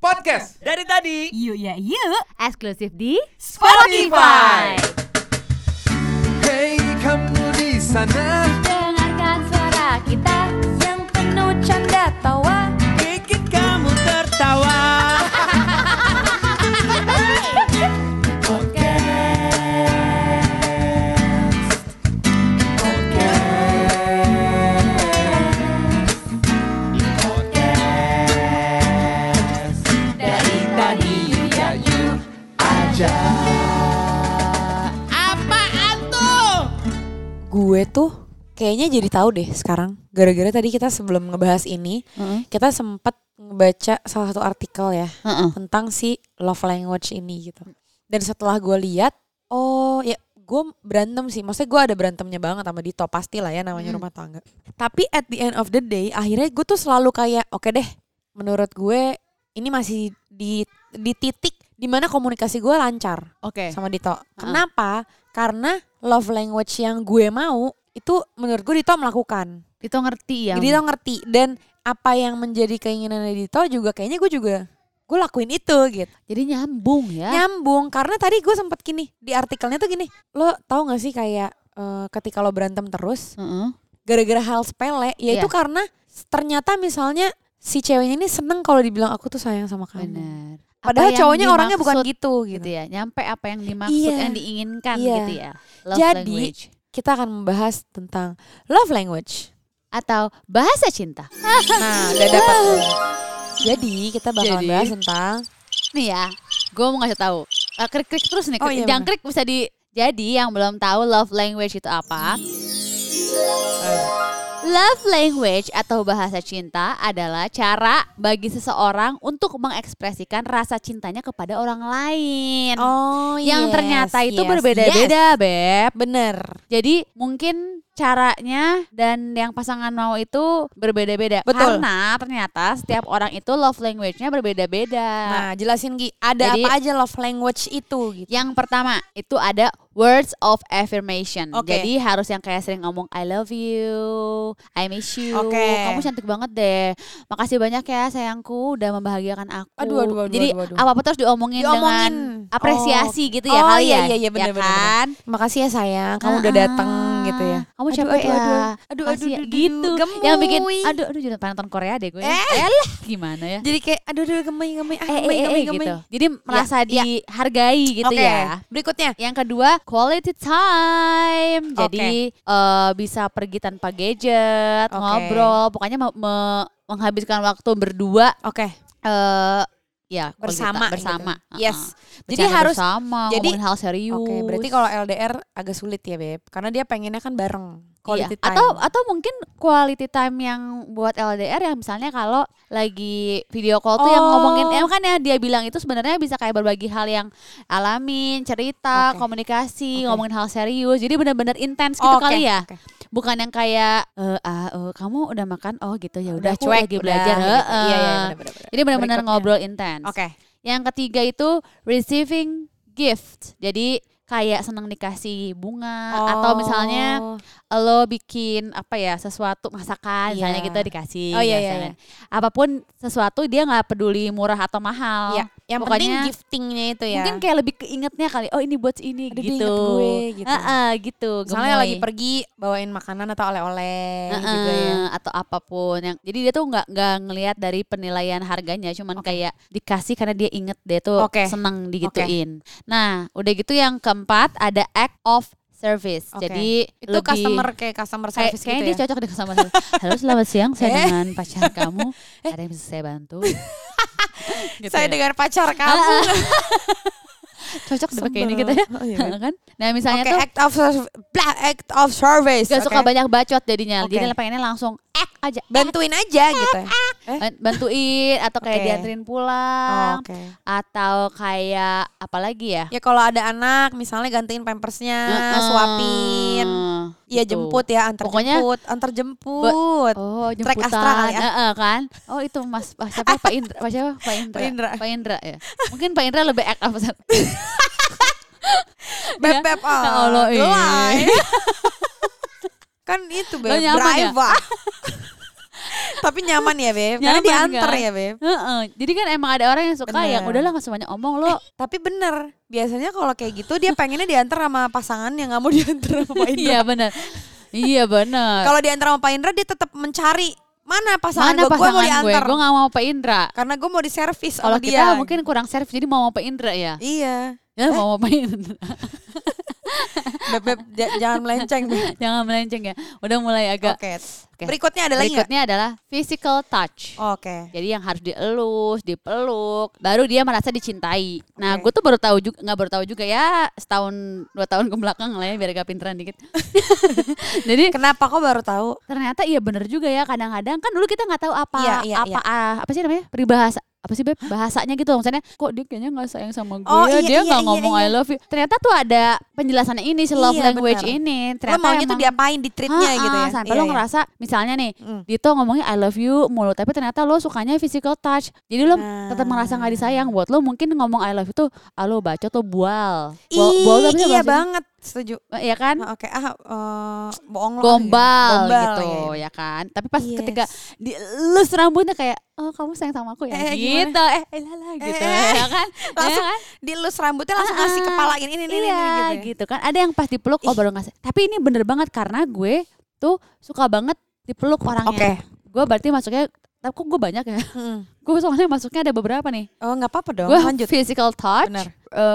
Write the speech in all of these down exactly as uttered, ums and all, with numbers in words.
Podcast dari tadi. Yuk ya yuk. Eksklusif di Spotify. Hey kamu di sana, Dengarkan suara kita yang penuh canda tawa. Bikin kamu tertawa. Dari tadi ya yuk aja. Apaan tuh? Gue tuh kayaknya jadi tahu deh sekarang. Gara-gara tadi kita sebelum ngebahas ini, Heeh. kita sempat ngebaca salah satu artikel ya Heeh. tentang si love language ini gitu. Dan setelah gue lihat, oh ya gue berantem sih. Maksudnya gue ada berantemnya banget sama Dito, pasti lah ya namanya Hmm. rumah tangga. Tapi at the end of the day, akhirnya gue tuh selalu kayak, oke deh, menurut gue ini masih di di titik dimana komunikasi gue lancar Oke. sama Dito. Kenapa? Karena love language yang gue mau itu menurut gue Dito melakukan. Dito ngerti ya. Jadi Dito ngerti, dan apa yang menjadi keinginan Dito juga kayaknya gue juga gue lakuin itu gitu. Jadi nyambung ya. Nyambung, karena tadi gue sempet gini di artikelnya tuh gini, lo tahu nggak sih kayak eh, ketika lo berantem terus Heeh. gara-gara hal sepele, yaitu Iya. karena ternyata misalnya si ceweknya ini seneng kalau dibilang aku tuh sayang sama kamu. Benar. Padahal Apa yang cowoknya orangnya bukan dimaksud gitu gitu gitu. ya. Nyampe apa yang dimaksud, Iya. yang diinginkan Iya. gitu ya. Love Jadi, language kita akan membahas tentang love language. atau bahasa cinta. Nah, udah dapat. Jadi kita bakalan Jadi. bahas tentang Nih ya, gue mau ngasih tahu. Uh, krik-krik terus nih, Oh, krik, iya, jangan krik bisa di. Jadi yang belum tahu love language itu apa? Love language atau bahasa cinta adalah cara bagi seseorang untuk mengekspresikan rasa cintanya kepada orang lain. oh yang yes, ternyata itu yes, berbeda-beda, yes. Beb. Bener. Jadi mungkin caranya dan yang pasangan mau itu berbeda-beda. Betul. Karena ternyata setiap orang itu love language-nya berbeda-beda. Nah, jelasin Gi, ada Jadi- apa aja love language itu gitu. Yang pertama itu ada words of affirmation. Oke. Jadi harus yang kayak sering ngomong I love you, I miss you, Oke. kamu cantik banget deh. Makasih banyak ya sayangku udah membahagiakan aku. Aduh, aduh, aduh, Jadi aduh, aduh. apa-apa terus diomongin, Diomongin. dengan apresiasi gitu ya Oh, kali iya, ya. iya, iya, bener, ya bener, kan? Makasih ya sayang, kamu udah Ah, datang gitu ya. Kamu Aduh, capek aduh, ya. aduh. Aduh, Makasih aduh, ya. aduh, gitu. gemoy. Yang bikin aduh aduh jadi penonton Korea deh gue. Eh. Elah, gimana ya? Jadi kayak aduh aduh gemoy gemoy ah, Eh, gemoy eh, eh, gemoy eh, gemoy. gitu. Jadi merasa ya. dihargai gitu Oke, ya. berikutnya. Yang kedua quality time. Jadi eh, bisa pergi tanpa gadget, Oke. ngobrol, pokoknya me- me- menghabiskan waktu berdua Oke. eh ya quality Bersama time, bersama. gitu. Yes. Uh-uh. Jadi Bercanda harus- bersama, jadi- ngomongin hal serius. Oke, berarti kalau L D R agak sulit ya, Beb. Karena dia pengennya kan bareng. Quality Iya. time. Atau atau mungkin quality time yang buat L D R yang misalnya kalau lagi video call tuh yang Oh. ngomongin eh kan ya dia bilang itu sebenarnya bisa kayak berbagi hal yang alamin, cerita, Oke. komunikasi, Oke. ngomongin hal serius. Jadi benar-benar intens gitu Oke, kali ya. oke. Bukan yang kayak eh ah, eh, kamu udah makan oh gitu ya Udah udah aku cuek, lagi udah belajar. gitu. Heeh. Iya, iya, benar-benar. Jadi benar-benar Berikutnya. ngobrol intens. Oke. Yang ketiga itu receiving gift. Jadi kayak senang dikasih bunga atau misalnya lo bikin apa ya sesuatu masakan misalnya Iya. gitu dikasih. Oh, iya, iya, misalnya. Apapun sesuatu dia nggak peduli murah atau mahal. Iya, yang Pokoknya penting giftingnya itu ya. mungkin kayak lebih keingetnya kali. Oh ini buat ini Aduh, dia gitu. inget gue, gitu. Heeh, gitu. Misalnya gemoy. lagi pergi bawain makanan atau oleh-oleh Heeh, juga ya. atau apapun yang jadi dia tuh nggak nggak ngelihat dari penilaian harganya cuman Oke. kayak dikasih karena dia inget dia tuh Oke. senang digituin. Nah udah gitu yang keempat ada act of service. Oke. Jadi Itu lebih customer kayak customer kayak, service kayaknya gitu dia ya. cocok deh sama saya. Halo selamat siang saya Eh. dengan pacar kamu. Ada yang bisa saya bantu? Gitu Saya ya. dengan pacar kamu. Cocok deh pakai ini Sebel. gitu ya. Oh, iya, bener. Kan? Nah misalnya Oke, tuh act of service. Blah, act of service. gak suka Oke. banyak bacot jadinya. Oke. Jadi pengennya langsung act aja. Bantuin aja gitu ya. Eh? Ban- bantuin atau kayak Oke. dianterin Oh, pulang Oke. atau kayak apa lagi ya? Ya kalau ada anak misalnya gantiin pampersnya, Heeh. suapin. Iya Gitu. jemput ya, antar Pokoknya- jemput, antar jemput. Oh, Trek jemputan. Astra kali ya? Heeh, kan? Oh, itu Mas Pak siapa? Pak Indra, Pak siapa? Pak Indra. Pak Indra. Pak Indra ya. Mungkin Pak Indra lebih act apa? Beb beb Ya ah. Allah, iya. gelai. Kan itu Lo beb nyaman ya? driver. Tapi nyaman ya Beb, karena Nyaman, diantar kan? ya Beb. Heeh. Jadi kan emang ada orang yang suka Bener. yang udahlah nggak semuanya omong lo. Tapi bener, biasanya kalau kayak gitu dia pengennya diantar sama pasangan yang gak mau diantar sama Pak Indra. Iya benar. Iya benar. Kalau diantar sama Pak Indra dia tetap mencari mana pasangan Mana gue, gue pasangan mau gue? diantar. Gue gak mau Pak Indra. Karena gue mau diservis Kalau sama kita dia. mungkin kurang servis jadi mau Pak Indra ya. Iya. Ya mau Pak Indra. Beb, Beb, j- jangan melenceng Beb. Jangan melenceng ya. Udah mulai agak. Oke. Oke. Berikutnya ada lagi nggak? Berikutnya adalah physical touch. Oke. Jadi yang harus dielus, dipeluk, baru dia merasa dicintai. Nah, Oke. gue tuh baru tahu juga, nggak baru tahu juga ya setahun dua tahun ke belakang lah ya biar agak pinteran dikit. Jadi Kenapa kok baru tahu? ternyata iya bener juga ya kadang-kadang kan dulu kita nggak tahu apa Iya, iya, apa iya. ah, apa sih namanya peribahasa apa sih Beb bahasanya gitu maksudnya kok dia kayaknya nggak sayang sama gue Oh, ya iya, dia iya, nggak iya, ngomong iya. I love you ternyata tuh ada penjelasannya ini si love Iya, language benar. ini Lo ternyata maunya tuh emang- diapain, di treatnya Ah, gitu ya? ah, sampai Iya, lo iya. ngerasa misalnya nih Mm. Dito ngomongnya I love you mulu tapi ternyata lo sukanya physical touch jadi lo Nah. tetap merasa nggak disayang buat lo mungkin ngomong I love you tuh ah, lo bacot tuh bual bual, bual tuh apa sih Ih, iya bahasanya? banget, setuju. Iya kan Ah, Oke, ah eh, bohong lo. gombal, Gombal, gitu iya. ya kan tapi pas Yes. ketika dielus rambutnya kayak oh kamu sayang sama aku ya Eh, gitu eh eh lala gitu Eh, ya kan langsung ya kan Dilus rambutnya langsung Ah, ngasih ah. kepala ini ini ini, ini iya gitu. ya. gitu kan ada yang pas dipeluk oh Ih. baru ngasih tapi ini bener banget karena gue tuh suka banget dipeluk orangnya Oke. gue berarti masuknya tapi kok gue banyak ya Mm. gue soalnya masuknya ada beberapa nih Oh, nggak apa-apa dong. gue Lanjut. physical touch Bener.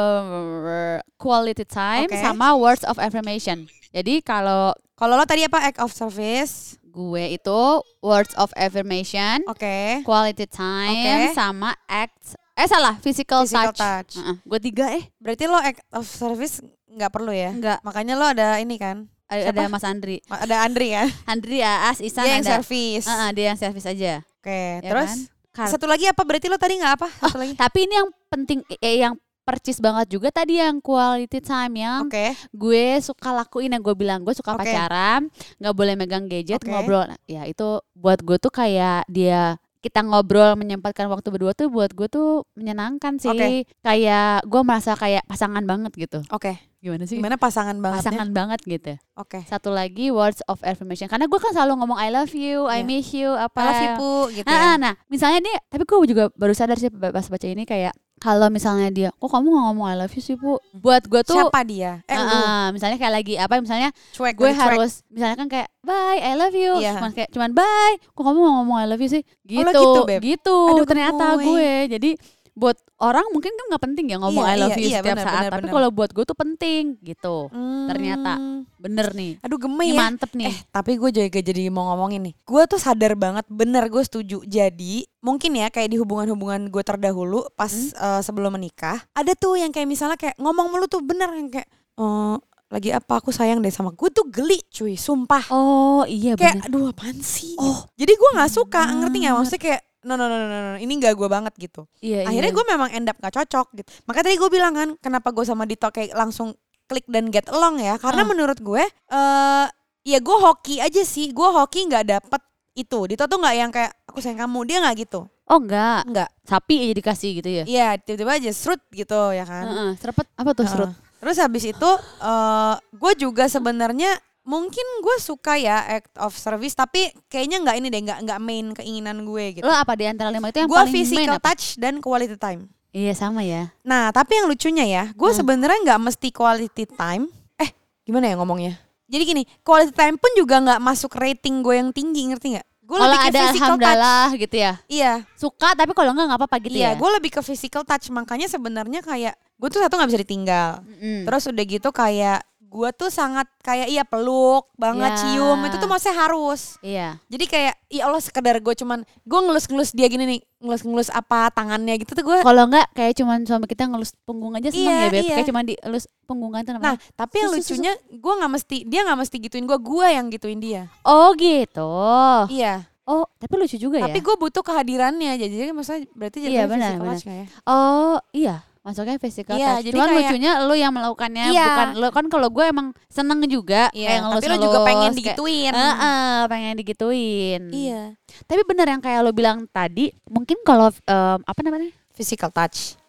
uh, quality time Oke. sama words of affirmation jadi kalau Kalau lo tadi apa, act of service? gue itu words of affirmation Oke. quality time Oke. sama act eh salah physical, Physical touch, touch. Heeh, gue tiga eh Berarti lo act of service nggak perlu ya? enggak Makanya lo ada ini kan? ada, Siapa? ada Mas Andri Ada Andri kan? Andri Aas Isan Dia yang ada service. Heeh, dia yang servis aja Oke, ya terus kan? Kar- satu lagi apa? Berarti lo tadi nggak apa? Satu lagi. tapi ini yang penting eh yang percis banget juga tadi yang quality time yang Oke. gue suka lakuin yang gue bilang gue suka Oke. pacaran nggak boleh megang gadget Oke. ngobrol Nah, ya itu buat gue tuh kayak dia kita ngobrol menyempatkan waktu berdua tuh buat gue tuh menyenangkan sih Oke. kayak gue merasa kayak pasangan banget gitu Oke. gimana sih Gimana pasangan bangetnya? pasangan banget gitu Oke. satu lagi words of affirmation karena gue kan selalu ngomong I love you I Iya. miss you apa I love you, Pu, gitu Ah, ya. nah misalnya dia tapi gue juga baru sadar sih pas baca ini kayak kalau misalnya dia kok kamu nggak ngomong I love you sih Bu buat gue tuh Siapa dia? Eh, Ah, lu. ah, misalnya kayak lagi apa misalnya Cuek, gue lagi cuek. harus misalnya kan kayak bye I love you Iya. cuman kayak cuman bye kok kamu nggak ngomong I love you sih gitu lo gitu, Beb? gitu Aduh, ternyata gemoy. gue jadi buat orang mungkin kan nggak penting ya ngomong Iya, I love iya, you iya, setiap benar, saat benar, tapi benar. kalau buat gue tuh penting gitu Hmm. ternyata. bener nih Aduh ini gemes ya. mantep nih Eh, tapi gue juga jadi mau ngomongin nih. Gue tuh sadar banget, bener gue setuju. Jadi mungkin ya kayak di hubungan-hubungan gue terdahulu pas Hmm. eh, sebelum menikah, ada tuh yang kayak misalnya kayak ngomong mulu tuh bener yang kayak eh lagi apa aku sayang deh sama gue tuh geli cuy, sumpah. oh iya bener Kayak aduh apaan sih? Oh, jadi gue nggak suka, ngerti nggak? Maksudnya kayak no no no no no, no. ini nggak gue banget gitu. iya, Akhirnya iya. gue memang end up gak cocok gitu. Makanya tadi gue bilang kan, kenapa gue sama Dito kayak langsung klik dan get along ya? Karena Ah. menurut gue, eh ya gue hoki aja sih. Gue hoki nggak dapet itu. Dito tuh nggak yang kayak aku sayang kamu, dia nggak gitu. oh enggak Nggak. sapi aja dikasih gitu ya Iya tiba-tiba aja serut gitu ya kan. Heeh, serepet apa tuh serut Heeh. Terus habis itu, eh gue juga sebenarnya mungkin gue suka ya act of service, tapi kayaknya nggak ini deh, nggak nggak main keinginan gue gitu. lo apa di antara lima itu yang Gue paling main physical apa touch dan quality time. iya sama ya Nah, tapi yang lucunya ya, gue Hmm. sebenarnya nggak mesti quality time. Eh, gimana ya ngomongnya? Jadi gini, quality time pun juga nggak masuk rating gue yang tinggi, ngerti nggak? Gue kalau lebih ke ada physical touch. alhamdulillah gitu ya Iya, suka tapi kalau enggak nggak apa-apa gitu iya. ya Gue lebih ke physical touch. Makanya sebenarnya kayak gue tuh satu nggak bisa ditinggal. Mm-mm. Terus udah gitu kayak gue tuh sangat kayak iya peluk banget, Ya. cium itu tuh maksudnya harus. iya Jadi kayak ya Allah sekedar gue cuman gue ngelus-ngelus dia gini nih, ngelus-ngelus apa tangannya gitu tuh gue. kalau enggak kayak cuman suami kita ngelus punggung aja seneng Iya, ya beb iya. kayak cuman dielus punggungan tuh Nah, namanya tapi yang Susu, susu. lucunya gue nggak mesti, dia nggak mesti gituin gue, gue yang gituin dia. oh gitu Iya. oh tapi lucu juga Tapi ya gue butuh kehadirannya. Jadi jadi maksudnya berarti jadi Iya, benar, physical benar. touch nggak ya? oh iya masuknya physical Iya, touch jadi cuman kayak- lucunya lu yang melakukannya Iya. bukan lu kan kalau gue emang seneng juga kayak Iya, ngelus tapi lo juga pengen digituin. Heeh, pengen digituin Iya. tapi bener yang kayak lo bilang tadi mungkin kalau em, apa namanya Physical touch.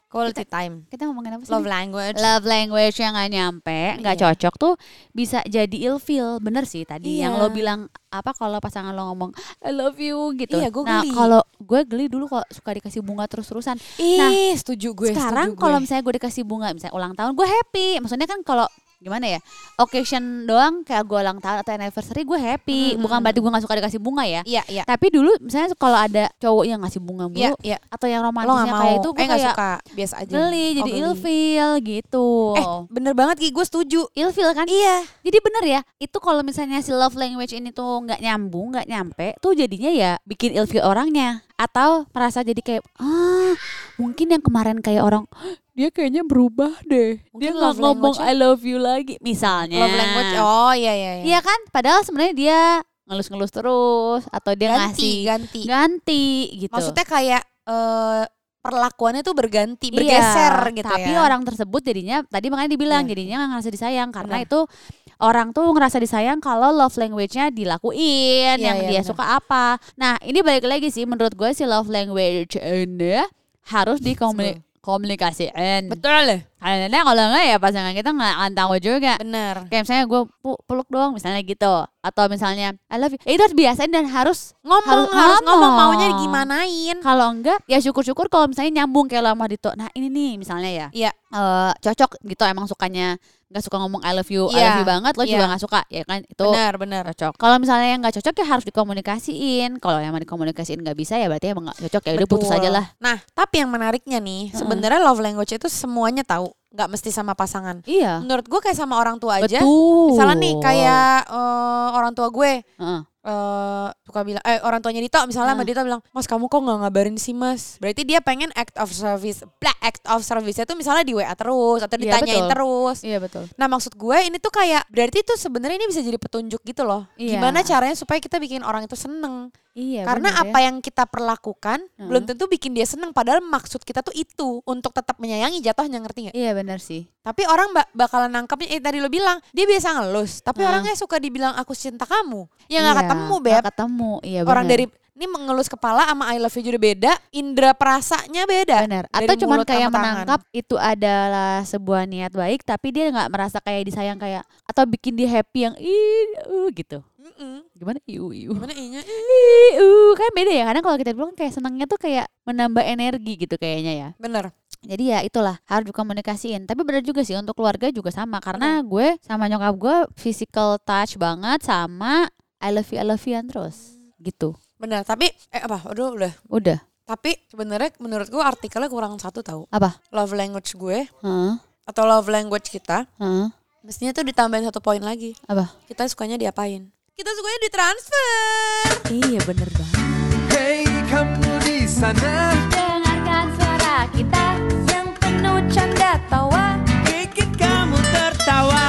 Quality time. Kita ngomongin apa sih? Love language. Love language yang gak nyampe, gak Iya. cocok tuh bisa jadi ilfeel. Bener sih tadi Iya. yang lo bilang apa kalau pasangan lo ngomong I love you gitu. Iya, gua nah geli. kalau gue geli dulu kalau suka dikasih bunga terus-terusan. Ih, Nah, setuju gue. Sekarang setuju gue. kalau misalnya gue dikasih bunga, misalnya ulang tahun, gue happy. Maksudnya kan kalau gimana ya, occasion doang kayak gue ulang tahun atau anniversary gue happy. Hmm, Bukan hmm, berarti gue gak suka dikasih bunga ya. Iya, iya. Tapi dulu misalnya kalau ada cowok yang ngasih bunga mulu Iya, iya. atau yang Lo gak romantisnya mau. kayak itu, gue eh gak kayak suka. Biasa aja. geli, Oh, jadi geli. ilfeel gitu. Eh, bener banget Ki, gue setuju. Ilfeel kan? Iya. Jadi bener ya, itu kalau misalnya si love language ini tuh nggak nyambung, nggak nyampe, tuh jadinya ya bikin ilfeel orangnya. Atau merasa jadi kayak, ah mungkin yang kemarin kayak orang, dia kayaknya berubah deh. Mungkin Dia nggak love ngomong language-nya- I love you lagi, misalnya. Love language. Oh iya iya. Iya kan, padahal sebenarnya dia ngelus-ngelus terus, atau dia ganti, ngasih ganti. ganti gitu. Maksudnya kayak eh perlakuannya tuh berganti, Iya, bergeser gitu tapi ya. orang tersebut jadinya tadi makanya dibilang Iya. jadinya nggak ngerasa disayang karena Benar. itu orang tuh ngerasa disayang kalau love language-nya dilakuin, Iya, yang iya, dia benar. suka apa. Nah, ini balik lagi sih menurut gue si love language ini harus dikomunikasiin. Betul. Karena kalau enggak ya pasangan kita nggak akan tahu juga. Bener. Kayak misalnya gue pu- peluk dong misalnya gitu, atau misalnya I love you. Eh, itu harus biasain dan harus Ngomong Harus harus, ngomong ngomong. maunya gimanain. kalau enggak ya syukur-syukur kalau misalnya nyambung kayak lo sama Dito. Nah ini nih misalnya ya Iya. eh, cocok gitu, emang sukanya nggak suka ngomong I love you, I Iya, love you banget, lo juga iya. nggak suka ya kan, itu Benar, benar. cocok. Kalau misalnya yang nggak cocok ya harus dikomunikasiin. Kalau emang dikomunikasiin nggak bisa ya berarti emang nggak cocok, ya udah putus Betul. aja lah. Nah, tapi yang menariknya nih, sebenarnya love language itu semuanya tahu, nggak mesti sama pasangan. Iya. Menurut gue kayak sama orang tua aja. Betul. Misalnya nih kayak eh, orang tua gue Heeh. eh suka bilang eh orang tuanya Dito misalnya sama Nah. Dito bilang, "Mas, kamu kok nggak ngabarin sih, Mas?" Berarti dia pengen act of service. Black act of service itu misalnya di W A terus atau Iya, ditanyain betul. terus. Iya betul. Nah, maksud gue ini tuh kayak berarti tuh sebenarnya ini bisa jadi petunjuk gitu loh. Iya. Gimana caranya supaya kita bikin orang itu seneng. Iya. Karena bener apa ya. yang kita perlakukan Hmm. belum tentu bikin dia seneng. Padahal maksud kita tuh itu untuk tetap menyayangi, jatuhnya, ngerti gak? Iya benar sih. Tapi orang ba- bakalan nangkepnya, eh tadi lo bilang dia biasa ngelus, tapi Hmm. orangnya suka dibilang aku cinta kamu. Ya nggak Iya, ketemu, Beb. nggak ketemu. Iya Orang bener. dari ini mengelus kepala sama I love you juga beda, indera perasanya beda. Benar. Dari Atau cuman mulut kayak sama tangan. menangkap itu adalah sebuah niat baik, tapi dia nggak merasa kayak disayang kayak atau bikin dia happy yang ih uh, gitu. Mm-mm. Gimana iu iu. Gimana inya? Ih, uh, kan beda ya. Karena kalau kita bilang kayak senangnya tuh kayak menambah energi gitu kayaknya ya. Bener. Jadi ya itulah harus dikomunikasiin. Tapi benar juga sih untuk keluarga juga sama. Karena gue sama nyokap gue physical touch banget sama I love you I love you-an terus gitu. Bener. Tapi eh apa? Udah udah. Udah. Tapi sebenarnya menurut gue artikelnya kurang satu tahu. Apa? Love language gue Heeh. atau love language kita Heeh. mestinya tuh ditambahin satu poin lagi. Apa? Kita sukanya diapain? Kita sukanya ditransfer. Iya bener banget. Hey kamu di sana, Dengarkan suara kita yang penuh canda tawa. Bikin kamu tertawa.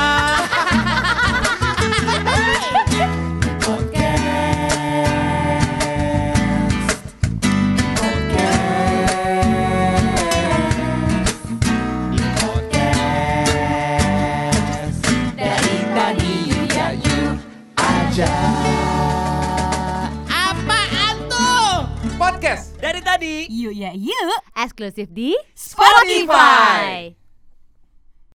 dari tadi ya you aja. Apaan tuh? Podcast Dari tadi Yuk ya yuk. Eksklusif di Spotify.